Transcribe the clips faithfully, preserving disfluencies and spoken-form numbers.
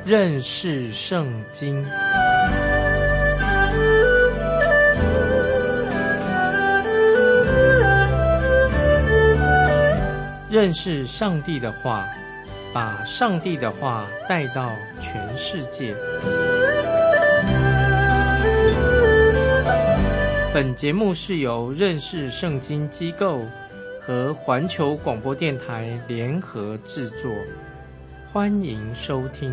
认识圣经。认识上帝的话，把上帝的话带到全世界。本节目是由认识圣经机构和环球广播电台联合制作，欢迎收听。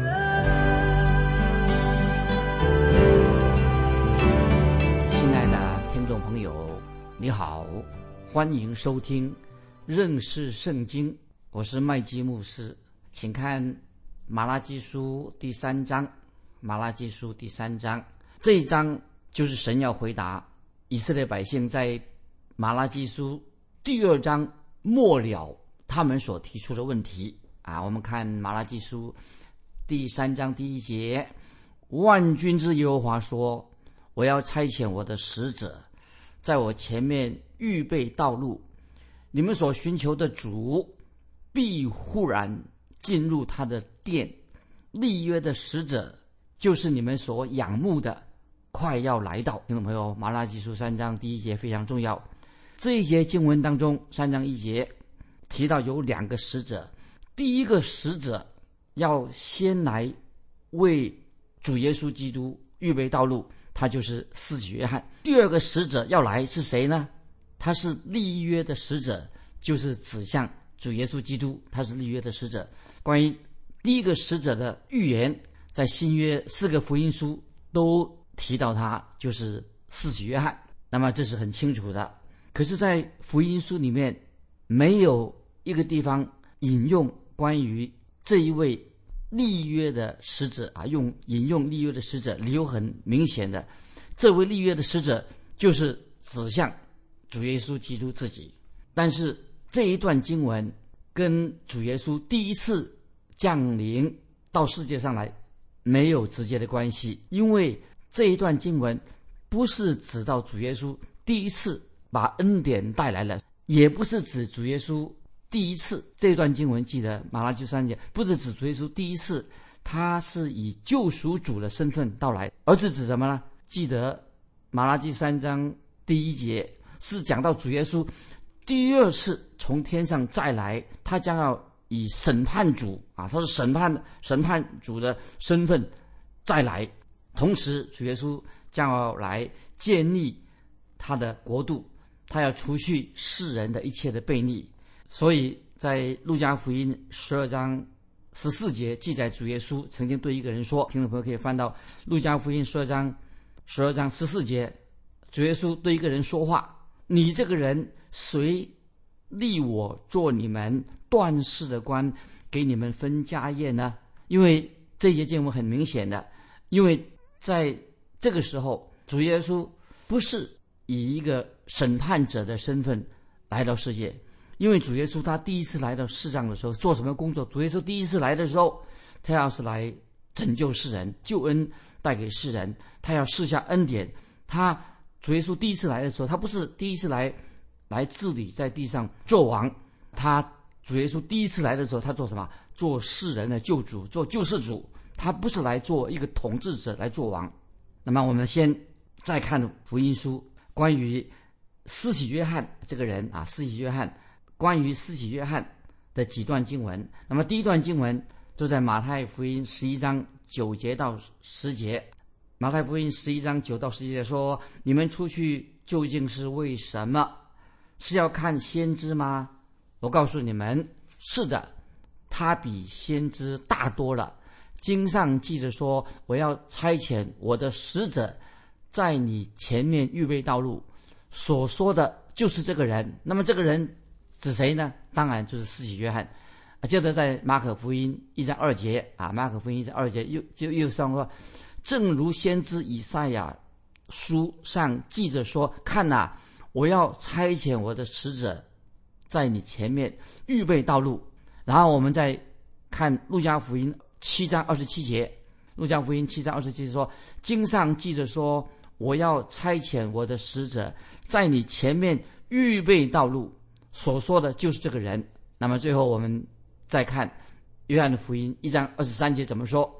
亲爱的听众朋友，你好，欢迎收听认识圣经，我是麦基牧师。请看马拉基书第三章，马拉基书第三章，这一章就是神要回答以色列百姓在马拉基书第二章末了他们所提出的问题啊。我们看马拉基书第三章第一节，万军之耶和华说，我要差遣我的使者在我前面预备道路，你们所寻求的主必忽然进入他的殿，立约的使者就是你们所仰慕的快要来到。听众朋友，马拉基书三章第一节非常重要。这一节经文当中，三章一节提到有两个使者，第一个使者要先来为主耶稣基督预备道路，他就是施洗约翰。第二个使者要来是谁呢？他是立约的使者，就是指向主耶稣基督，他是立约的使者。关于第一个使者的预言，在新约四个福音书都提到他，就是施洗约翰，那么这是很清楚的。可是在福音书里面没有一个地方引用关于这一位立约的使者啊，用引用立约的使者，理由很明显的，这位立约的使者就是指向主耶稣基督自己。但是这一段经文跟主耶稣第一次降临到世界上来没有直接的关系，因为这一段经文不是指到主耶稣第一次把恩典带来了，也不是指主耶稣第一次，这段经文记得马拉基书三节不是指主耶稣第一次他是以救赎主的身份到来，而是指什么呢？记得马拉基三章第一节是讲到主耶稣第二次从天上再来，他将要以审判主啊，他是审判审判主的身份再来，同时主耶稣将要来建立他的国度，他要除去世人的一切的悖逆。所以在路加福音十二章十四节记载，主耶稣曾经对一个人说，听众朋友可以翻到路加福音十二章十二章十四节，主耶稣对一个人说话，你这个人谁立我做你们断事的官，给你们分家业呢？因为这节经文很明显的，因为在这个时候主耶稣不是以一个审判者的身份来到世界，因为主耶稣他第一次来到世上的时候做什么工作？主耶稣第一次来的时候，他要是来拯救世人，救恩带给世人，他要赐下恩典。他主耶稣第一次来的时候，他不是第一次来来治理在地上做王，他主耶稣第一次来的时候，他做什么？做世人的救主，做救世主，他不是来做一个统治者来做王。那么我们先再看福音书关于施洗约翰这个人啊，施洗约翰，关于施洗约翰的几段经文。那么第一段经文就在马太福音十一章九节到十节。马太福音十一章九到十节说，你们出去究竟是为什么？是要看先知吗？我告诉你们，是的，他比先知大多了。经上记着说，我要差遣我的使者在你前面预备道路，所说的就是这个人。那么这个人指谁呢？当然就是施洗约翰。接着在马可福音一章二节啊，马可福音一章二节又就又说，正如先知以赛亚书上记着说，看哪、啊，我要差遣我的使者在你前面预备道路。然后我们再看路加福音七章二十七节，路加福音七章二十七节说，经上记着说，我要差遣我的使者在你前面预备道路，所说的就是这个人。那么最后我们再看约翰的福音一章二十三节怎么说？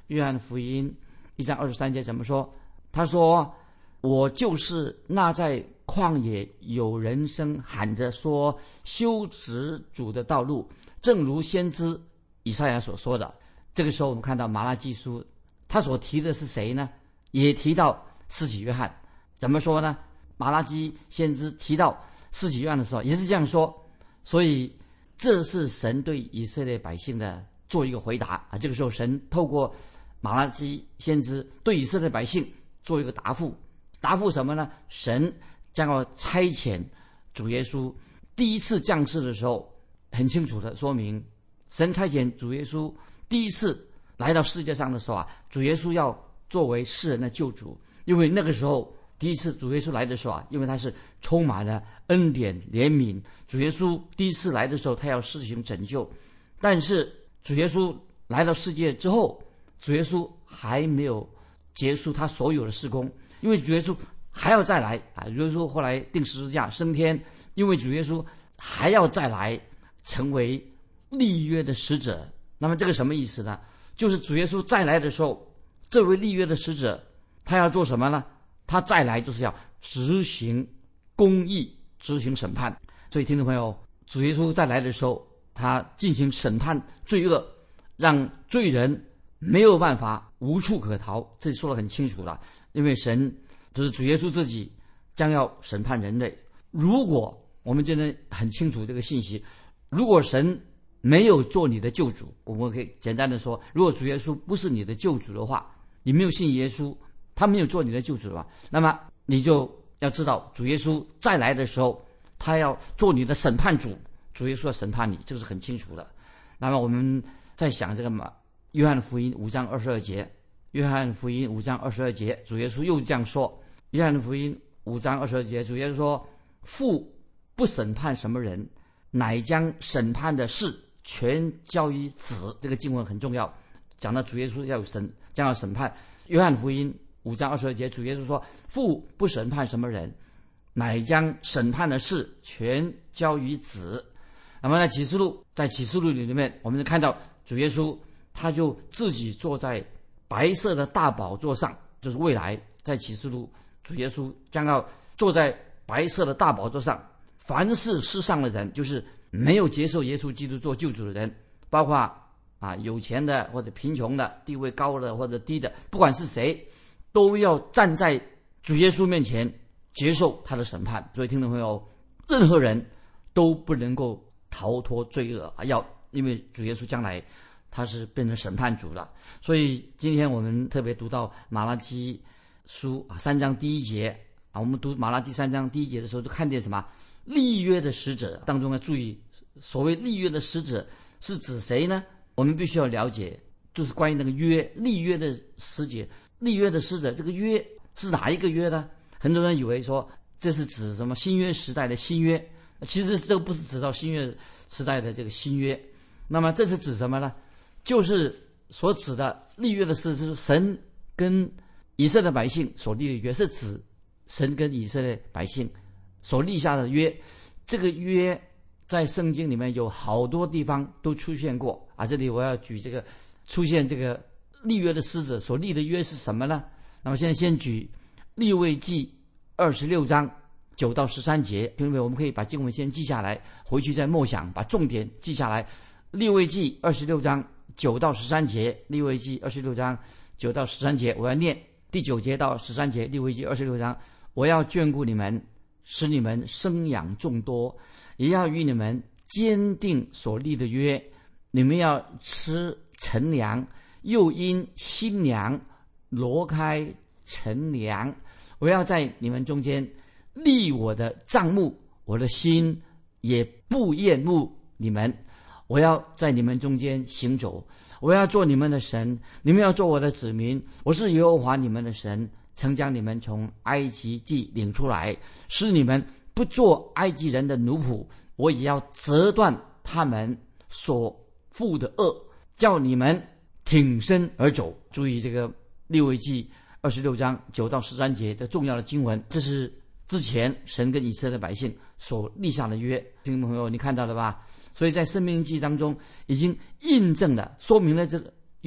约翰福音一章二十三节怎么说？他说：“我就是那在旷野有人声喊着说修直主的道路，正如先知以赛亚所说的。”这个时候我们看到马拉基书，他所提的是谁呢？也提到施洗约翰。怎么说呢？马拉基先知提到施洗约翰的时候也是这样说。所以这是神对以色列百姓的做一个回答啊！这个时候神透过马拉基先知对以色列百姓做一个答复。答复什么呢？神将要差遣主耶稣第一次降世的时候，很清楚的说明，神差遣主耶稣第一次来到世界上的时候啊，主耶稣要作为世人的救主。因为那个时候第一次主耶稣来的时候啊，因为他是充满了恩典怜悯，主耶稣第一次来的时候他要施行拯救。但是主耶稣来到世界之后，主耶稣还没有结束他所有的事工，因为主耶稣还要再来啊！主耶稣后来钉十字架升天，因为主耶稣还要再来成为立约的使者。那么这个什么意思呢？就是主耶稣再来的时候，这位立约的使者他要做什么呢？他再来就是要执行公义，执行审判。所以听众朋友，主耶稣再来的时候，他进行审判罪恶，让罪人没有办法无处可逃。这里说得很清楚了，因为神就是主耶稣自己将要审判人类。如果我们真的很清楚这个信息，如果神没有做你的救主，我们可以简单的说，如果主耶稣不是你的救主的话，你没有信耶稣，他没有做你的救主的话，那么你就要知道主耶稣再来的时候，他要做你的审判主，主耶稣要审判你，这个是很清楚的。那么我们在想这个嘛，约翰福音五章二十二节，约翰福音五章二十二节，主耶稣又这样说。约翰福音五章二十二节，主耶稣说：“父不审判什么人，乃将审判的事全交于子。”这个经文很重要，讲到主耶稣要有审，将要审判。约翰福音五章二十二节，主耶稣说：“父不审判什么人，乃将审判的事全交于子。”那么在启示录，在启示录里面，我们就看到主耶稣他就自己坐在白色的大宝座上，就是未来在启示录，主耶稣将要坐在白色的大宝座上。凡是世上的人，就是没有接受耶稣基督做救主的人，包括啊有钱的或者贫穷的，地位高的或者低的，不管是谁，都要站在主耶稣面前接受他的审判。所以听众朋友，任何人都不能够逃脱罪恶啊！要因为主耶稣将来他是变成审判主了。所以今天我们特别读到马拉基书啊三章第一节啊，我们读马拉基三章第一节的时候，就看见什么？立约的使者当中要注意，所谓立约的使者是指谁呢？我们必须要了解，就是关于那个约，立约的使者，立约的使者，这个约是哪一个约呢？很多人以为说这是指什么新约时代的新约，其实这个不是指到新约时代的这个新约。那么这是指什么呢？就是所指的立约的事，就是神跟以色列百姓所立的约，是指神跟以色列百姓所立下的约。这个约在圣经里面有好多地方都出现过啊。这里我要举这个出现这个立约的使者所立的约是什么呢？那么现在先举利未记二十六章九到十三节，因为我们可以把经文先记下来，回去再默想，把重点记下来。利未记二十六章九到十三节，利未记二十六章九到十三节，我要念第九节到十三节。利未记二十六章，我要眷顾你们，使你们生养众多，也要与你们坚定所立的约。你们要吃陈粮，又因新娘挪开陈粮。我要在你们中间立我的帐幕，我的心也不厌恶你们。我要在你们中间行走，我要做你们的神，你们要做我的子民。我是耶和华你们的神，曾将你们从埃及地领出来，使你们不做埃及人的奴仆。我也要折断他们所负的恶，叫你们挺身而走。注意这个利未记二十六章九到十三节这重要的经文，这是之前神跟以色列百姓所立下的约。听众朋友，你看到了吧？所以在申命记当中已经印证了，说明了这个约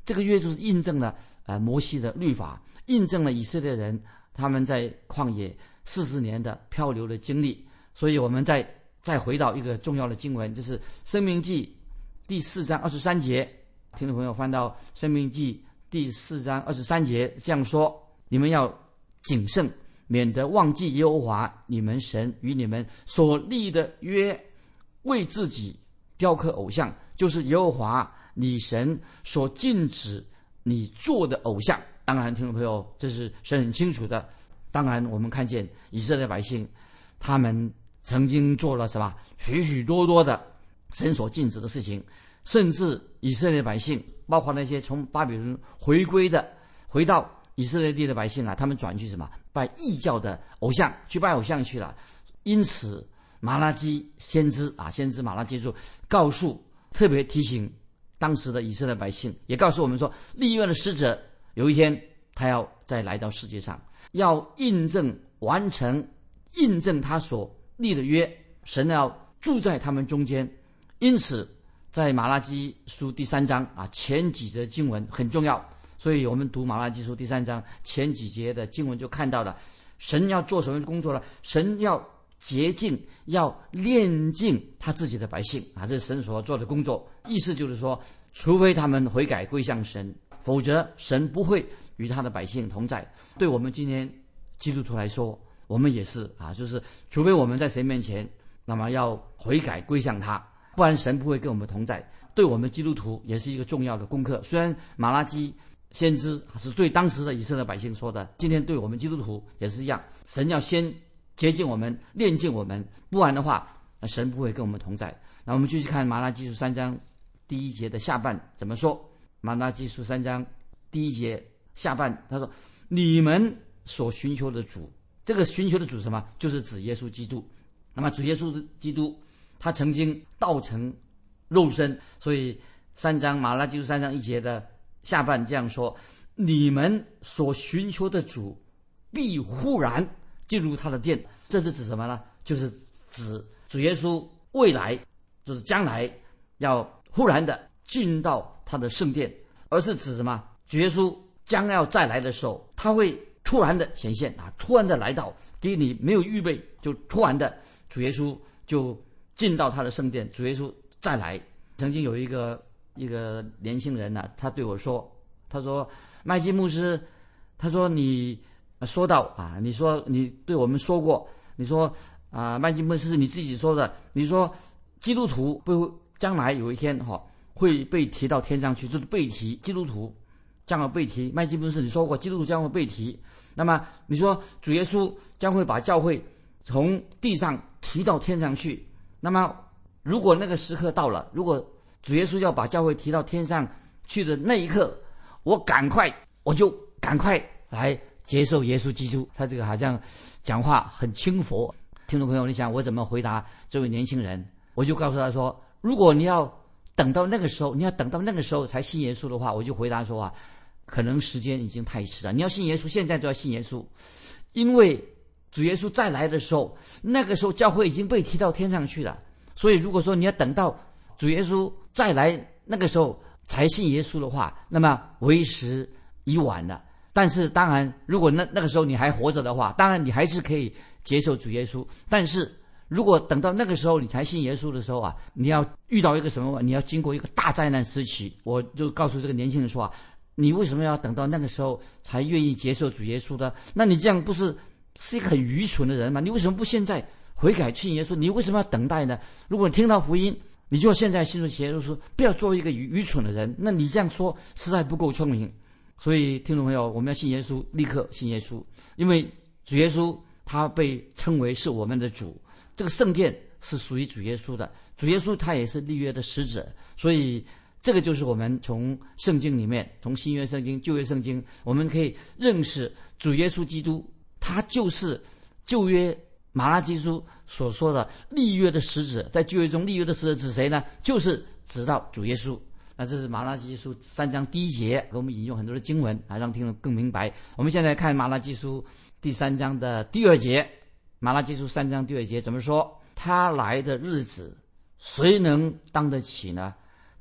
这个约就是印证了呃摩西的律法，印证了以色列人他们在旷野四十年的漂流的经历。所以我们再再回到一个重要的经文，就是申命记第四章二十三节，听众朋友翻到申命记第四章二十三节，这样说：你们要谨慎，免得忘记耶和华你们神与你们所立的约，为自己雕刻偶像，就是耶和华你神所禁止你做的偶像。当然听众朋友，这是神很清楚的。当然我们看见以色列百姓他们曾经做了什么许许多多的神所禁止的事情，甚至以色列百姓包括那些从巴比伦回归的回到以色列地的百姓啊，他们转去什么拜异教的偶像，去拜偶像去了。因此马拉基先知啊，先知马拉基就告诉，特别提醒当时的以色列百姓，也告诉我们说，立约的使者有一天他要再来到世界上，要印证完成印证他所立的约，神要住在他们中间。因此在马拉基书第三章啊，前几节经文很重要，所以我们读马拉基书第三章前几节的经文就看到了神要做什么工作呢？神要洁净，要炼净他自己的百姓啊，这是神所做的工作。意思就是说，除非他们悔改归向神，否则神不会与他的百姓同在。对我们今天基督徒来说，我们也是啊，就是除非我们在神面前，那么要悔改归向他，不然神不会跟我们同在。对我们基督徒也是一个重要的功课。虽然马拉基先知是对当时的以色列百姓说的，今天对我们基督徒也是一样，神要先洁净我们，炼净我们，不然的话神不会跟我们同在。那我们继续看马拉基书三章第一节的下半怎么说。马拉基书三章第一节下半他说，你们所寻求的主，这个寻求的主是什么？就是指耶稣基督。那么主耶稣基督他曾经道成肉身，所以三章马拉基书三章一节的下半这样说，你们所寻求的主必忽然进入他的殿。这是指什么呢？就是指主耶稣未来就是将来要忽然的进到他的圣殿，而是指什么？主耶稣将要再来的时候，他会突然的显现啊，突然的来到，给你没有预备，就突然的主耶稣就进到他的圣殿，主耶稣再来。曾经有一个一个年轻人呢、啊，他对我说，他说麦基牧师，他说你说到啊，你说你对我们说过，你说啊，麦基牧师是你自己说的，你说基督徒会将来有一天哈、哦、会被提到天上去，就是被提，基督徒将要被提。麦基牧师你说过基督徒将会被提，那么你说主耶稣将会把教会从地上提到天上去，那么如果那个时刻到了，如果主耶稣要把教会提到天上去的那一刻，我赶快我就赶快来接受耶稣基督。他这个好像讲话很轻浮。听众朋友，你想我怎么回答这位年轻人？我就告诉他说，如果你要等到那个时候，你要等到那个时候才信耶稣的话，我就回答说啊，可能时间已经太迟了。你要信耶稣，现在就要信耶稣，因为主耶稣再来的时候，那个时候教会已经被提到天上去了。所以如果说你要等到主耶稣再来那个时候才信耶稣的话，那么为时已晚了。但是当然，如果那那个时候你还活着的话，当然你还是可以接受主耶稣。但是如果等到那个时候你才信耶稣的时候啊，你要遇到一个什么？你要经过一个大灾难时期。我就告诉这个年轻人说啊，你为什么要等到那个时候才愿意接受主耶稣的？那你这样不是是一个很愚蠢的人吗？你为什么不现在悔改信耶稣？你为什么要等待呢？如果你听到福音，你就现在信主耶稣，不要做一个愚愚蠢的人。那你这样说实在不够聪明。所以听众朋友，我们要信耶稣，立刻信耶稣，因为主耶稣他被称为是我们的主，这个圣殿是属于主耶稣的，主耶稣他也是立约的使者。所以这个就是我们从圣经里面，从新约圣经旧约圣经，我们可以认识主耶稣基督，他就是旧约马拉基书所说的立约的使者。在旧约中立约的使者指谁呢？就是指到主耶稣。那这是马拉基书三章第一节，给我们引用很多的经文啊，让听众更明白。我们现在看马拉基书第三章的第二节。马拉基书三章第二节怎么说？他来的日子谁能当得起呢？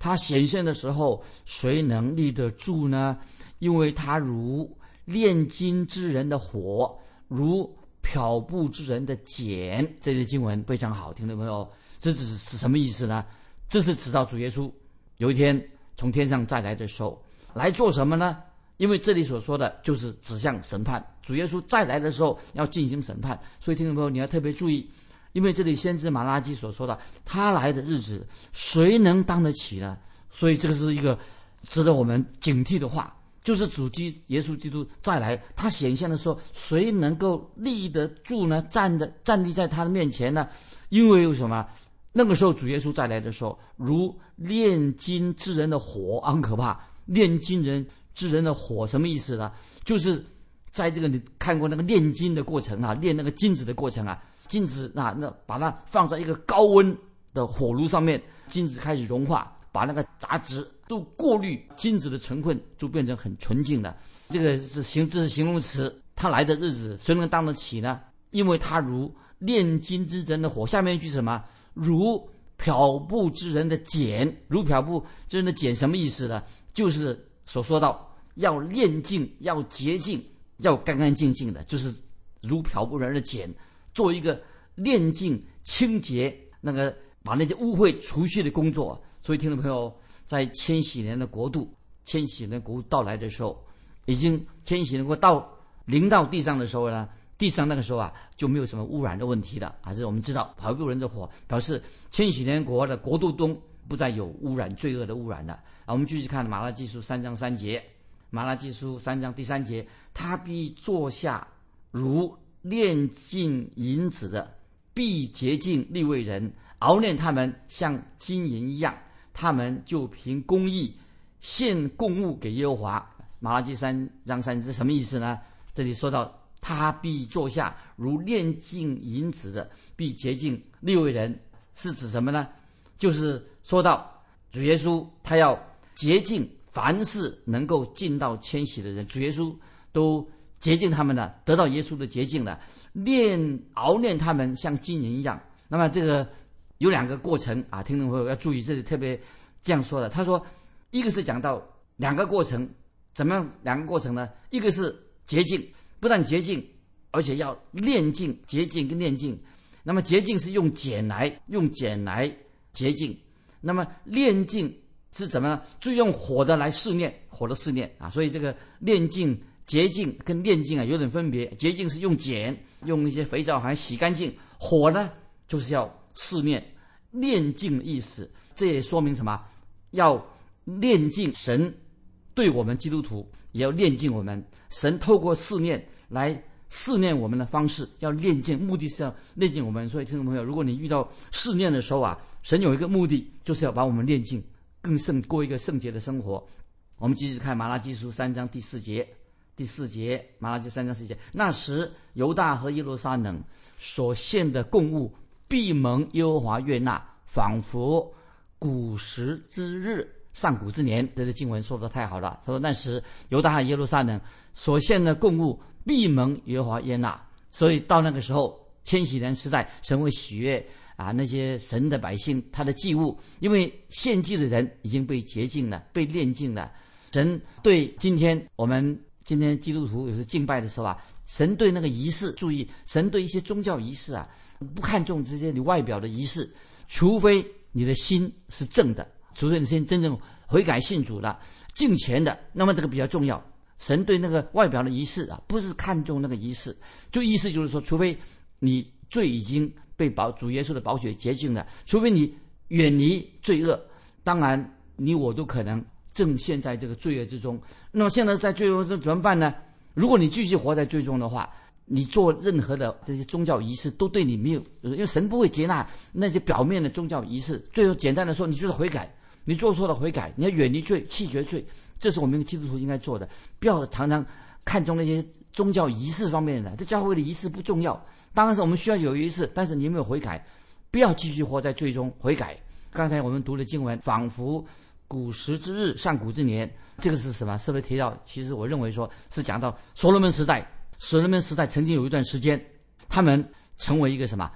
他显现的时候，谁能立得住呢？因为他如炼金之人的火，如漂布之人的碱。这些经文非常好，听众朋友，这是是什么意思呢？这是指到主耶稣有一天从天上再来的时候，来做什么呢？因为这里所说的就是指向审判，主耶稣再来的时候要进行审判，所以听众朋友你要特别注意，因为这里先知马拉基所说的他来的日子谁能当得起呢？所以这个是一个值得我们警惕的话，就是主基耶稣基督再来，他显现的时候谁能够立得住呢？站的站立在他的面前呢？因为有什么？那个时候主耶稣再来的时候，如炼金之人的火，很可怕。炼金人之人的火什么意思呢？就是在这个你看过那个炼金的过程啊，炼那个金子的过程啊，金子啊，那把它放在一个高温的火炉上面，金子开始融化，把那个杂质都过滤，金子的成分就变成很纯净的。这个是形，这是形容词。他来的日子谁能当得起呢？因为他如炼金之人的火。下面一句什么？如漂布之人的碱。如漂布之人的碱什么意思呢？就是所说到要炼净，要洁净，要干干净净的，就是如漂布人的碱，做一个炼净清洁，那个把那些污秽除去的工作。所以听众朋友，在千禧年的国度，千禧年国度到来的时候，已经千禧年国到临到地上的时候呢，地上那个时候啊就没有什么污染的问题了。还是我们知道漂布人的火表示千禧年国的国度中不再有污染，罪恶的污染了。啊，我们继续看马拉基书三章三节，马拉基书三章第三节，他必坐下如炼净银子的，必洁净利未人，熬炼他们像金银一样，他们就凭公义献供物给耶和华。马拉基三章三节什么意思呢？这里说到他必坐下如炼净银子的，必洁净利未人，是指什么呢？就是说到主耶稣他要洁净凡是能够进到千禧的人，主耶稣都洁净他们的，得到耶稣的洁净的，炼熬炼他们像金银一样。那么这个有两个过程啊，听众朋友要注意，这里特别这样说的。他说一个是讲到两个过程，怎么样两个过程呢？一个是洁净，不但洁净，而且要炼净，洁净跟炼净。那么洁净是用碱来用碱来洁净，那么炼净是怎么呢？就用火的来试炼，火的试炼啊。所以这个炼净、洁净跟炼净啊有点分别。洁净是用碱，用一些肥皂还洗干净；火呢就是要试炼，炼净的意思。这也说明什么？要炼净，神对我们基督徒也要炼净我们。神透过试炼来试炼我们的方式，要炼净，目的是要炼净我们。所以听众朋友，如果你遇到试炼的时候啊，神有一个目的，就是要把我们炼净，更圣，过一个圣洁的生活。我们继续看马拉基书三章第四节，第四节，马拉基三章四节，那时犹大和耶路撒冷所献的供物必蒙耶和华悦纳，仿佛古时之日，上古之年。这个经文说的太好了。他说那时犹大和耶路撒冷所献的供物必蒙耶和华悦纳。所以到那个时候，千禧年时代，神会喜悦啊那些神的百姓，他的祭物，因为献祭的人已经被洁净了，被炼净了。神对今天我们今天基督徒有时敬拜的时候啊，神对那个仪式，注意，神对一些宗教仪式啊，不看重这些你外表的仪式，除非你的心是正的，除非你心真正悔改信主了，敬虔的，那么这个比较重要。神对那个外表的仪式啊，不是看重那个仪式，就意思就是说，除非你罪已经被宝主耶稣的宝血洁净了，除非你远离罪恶，当然你我都可能正陷在这个罪恶之中。那么现在在罪恶中怎么办呢？如果你继续活在罪中的话，你做任何的这些宗教仪式都对你没有，因为神不会接纳那些表面的宗教仪式。最后简单的说，你就是悔改，你做错了悔改，你要远离罪，弃绝罪，这是我们基督徒应该做的。不要常常看重那些宗教仪式方面的，这教会的仪式不重要，当然是我们需要有仪式，但是你有没有悔改？不要继续活在罪中，悔改。刚才我们读的经文，仿佛古时之日，上古之年，这个是什么？是不是提到？其实我认为说是讲到所罗门时代。所罗门时代曾经有一段时间，他们成为一个什么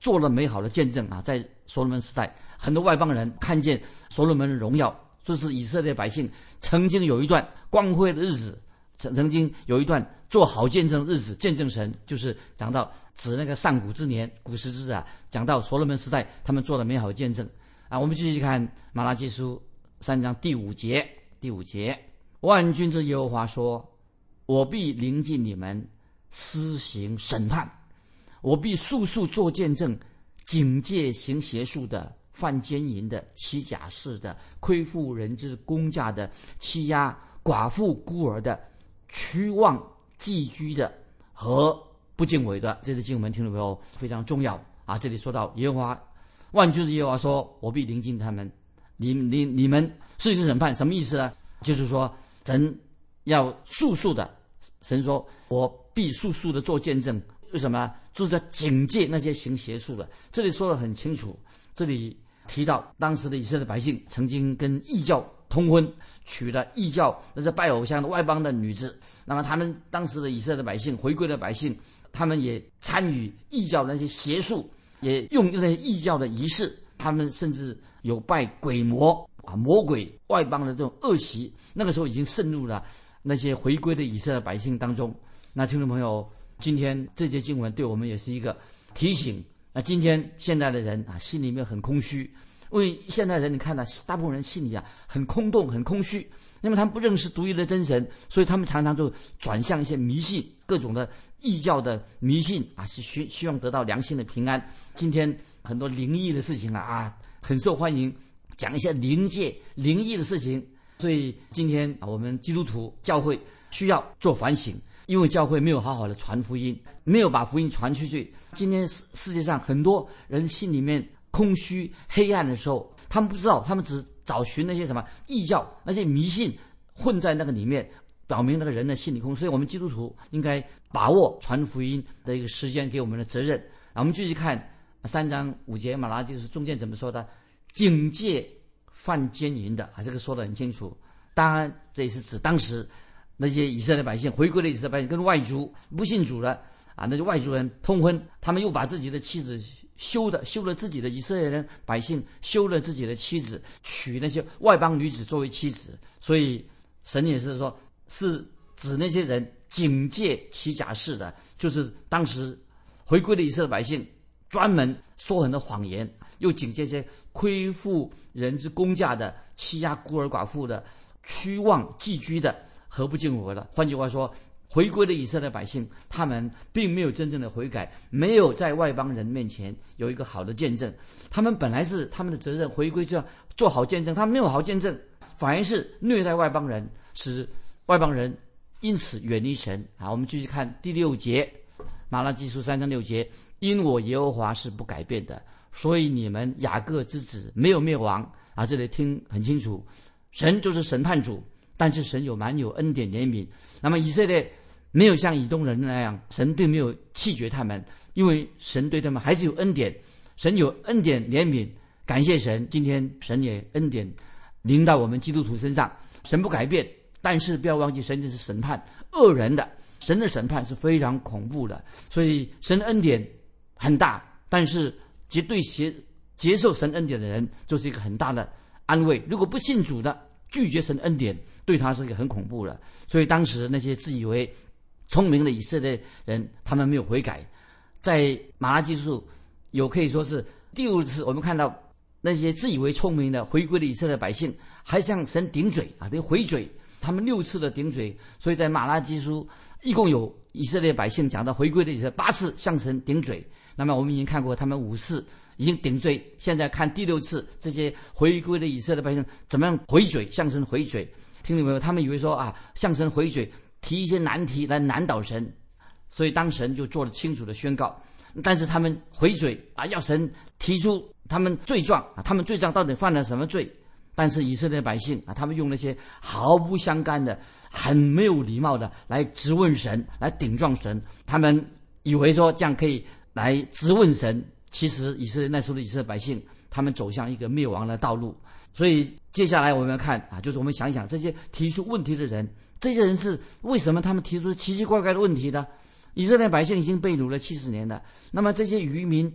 做了美好的见证啊，在所罗门时代，很多外邦人看见所罗门的荣耀，就是以色列百姓曾经有一段光辉的日子，曾曾经有一段做好见证的日子，见证神，就是讲到指那个上古之年，古时之啊，讲到所罗门时代他们做了美好的见证啊。我们继续看马拉基书三章第五节，第五节，万军之耶和华说：我必临近你们，施行审判，我必速速做见证，警戒行邪术的、犯奸淫的、欺假式的、亏负人之公价的、欺压寡妇孤儿的、屈望寄居的和不敬畏的。这是经文，听众朋友非常重要啊！这里说到耶和华，万军之耶和华说：我必临近他们，你你你们施行审判，什么意思呢？就是说神要速速的，神说我必速速的做见证，为什么？就是要警戒那些行邪术的。这里说得很清楚，这里提到当时的以色列百姓曾经跟异教通婚，娶了异教那是拜偶像的外邦的女子。那么他们当时的以色列百姓，回归的百姓，他们也参与异教的那些邪术，也用那些异教的仪式，他们甚至有拜鬼魔啊、魔鬼、外邦的这种恶习。那个时候已经渗入了那些回归的以色列百姓当中。那听众朋友，今天这节经文对我们也是一个提醒。那今天现在的人啊，心里面很空虚，因为现在人你看到、啊、大部分人心里啊很空洞、很空虚，因为他们不认识独一的真神，所以他们常常就转向一些迷信，各种的异教的迷信啊，是希希望得到良心的平安。今天很多灵异的事情啊啊很受欢迎，讲一些灵界、灵异的事情。所以今天啊，我们基督徒教会需要做反省。因为教会没有好好的传福音，没有把福音传出去。今天世界上很多人心里面空虚黑暗的时候，他们不知道，他们只找寻那些什么异教、那些迷信混在那个里面，表明那个人的心理空。所以我们基督徒应该把握传福音的一个时间给我们的责任。啊，我们继续看三章五节，马拉基书中间怎么说的？警戒犯奸淫的啊，这个说得很清楚。当然，这也是指当时那些以色列百姓，回归的以色列百姓跟外族不信主的啊，那些外族人通婚，他们又把自己的妻子休的休了自己的以色列人百姓休了自己的妻子，娶那些外邦女子作为妻子。所以神也是说，是指那些人警戒欺假式的，就是当时回归的以色列百姓专门说很多谎言，又警戒些亏负人之公价的、欺压孤儿寡妇的、屈望寄居的和不敬畏的。换句话说，回归的以色列百姓，他们并没有真正的悔改，没有在外邦人面前有一个好的见证。他们本来是他们的责任，回归就要做好见证，他们没有好见证，反而是虐待外邦人，使外邦人因此远离神。好，我们继续看第六节，马拉基书三章六节，因我耶和华是不改变的，所以你们雅各之子没有灭亡。啊，这里听很清楚，神就是审判主，但是神有蛮有恩典怜悯。那么以色列没有像以东人那样，神并没有弃绝他们，因为神对他们还是有恩典，神有恩典怜悯，感谢神。今天神也恩典临到我们基督徒身上，神不改变，但是不要忘记神就是审判恶人的，神的审判是非常恐怖的。所以神的恩典很大，但是绝对接接受神恩典的人就是一个很大的安慰。如果不信主的拒绝神恩典，对他是一个很恐怖的。所以当时那些自以为聪明的以色列人，他们没有悔改。在马拉基书有可以说是第五次，我们看到那些自以为聪明的回归的以色列百姓，还向神顶嘴啊，这个回嘴，他们六次的顶嘴。所以在马拉基书一共有以色列百姓讲到回归的以色列八次向神顶嘴。那么我们已经看过他们五次已经顶罪，现在看第六次，这些回归的以色列百姓怎么样回嘴，向神回嘴。听懂没有？他们以为说啊，向神回嘴，提一些难题来难倒神，所以当神就做了清楚的宣告。但是他们回嘴啊，要神提出他们罪状啊，他们罪状到底犯了什么罪？但是以色列百姓啊，他们用那些毫不相干的、很没有礼貌的来质问神，来顶撞神。他们以为说这样可以来质问神，其实以色列那时候的以色列百姓，他们走向一个灭亡的道路。所以接下来我们要看啊，就是我们想一想这些提出问题的人，这些人是为什么他们提出奇奇怪怪的问题呢？以色列百姓已经被掳了七十年了，那么这些渔民从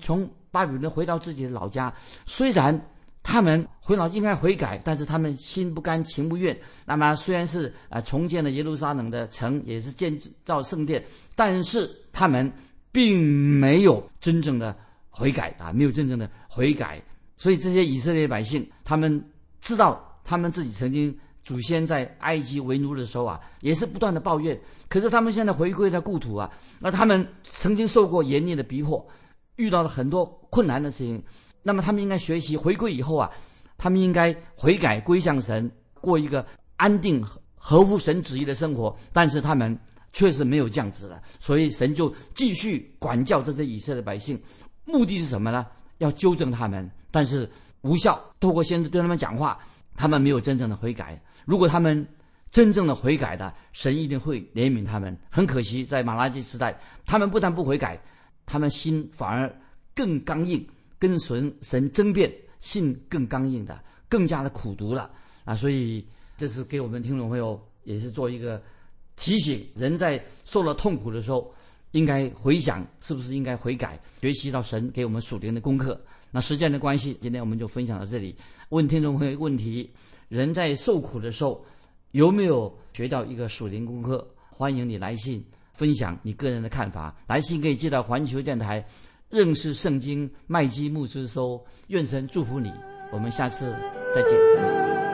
巴比伦回到自己的老家，虽然他们回老应该悔改，但是他们心不甘情不愿。那么虽然是呃重建了耶路撒冷的城，也是建造圣殿，但是他们并没有真正的悔改啊，没有真正的悔改。所以这些以色列百姓，他们知道他们自己曾经祖先在埃及为奴的时候啊，也是不断的抱怨。可是他们现在回归到故土啊，那他们曾经受过严厉的逼迫，遇到了很多困难的事情。那么他们应该学习回归以后啊，他们应该悔改归向神，过一个安定合乎神旨意的生活。但是他们确实没有这样子的，所以神就继续管教这些以色列百姓，目的是什么呢？要纠正他们，但是无效。透过先知对他们讲话，他们没有真正的悔改。如果他们真正的悔改的，神一定会怜悯他们。很可惜，在马拉基时代，他们不但不悔改，他们心反而更刚硬，跟神神争辩，心更刚硬的，更加的苦毒了啊！所以这是给我们听众朋友也是做一个提醒：人在受了痛苦的时候，应该回想是不是应该悔改，学习到神给我们属灵的功课。那时间的关系，今天我们就分享到这里。问听众朋友一个问题：人在受苦的时候，有没有学到一个属灵功课？欢迎你来信分享你个人的看法。来信可以寄到环球电台认识圣经麦基牧师收。愿神祝福你，我们下次再见。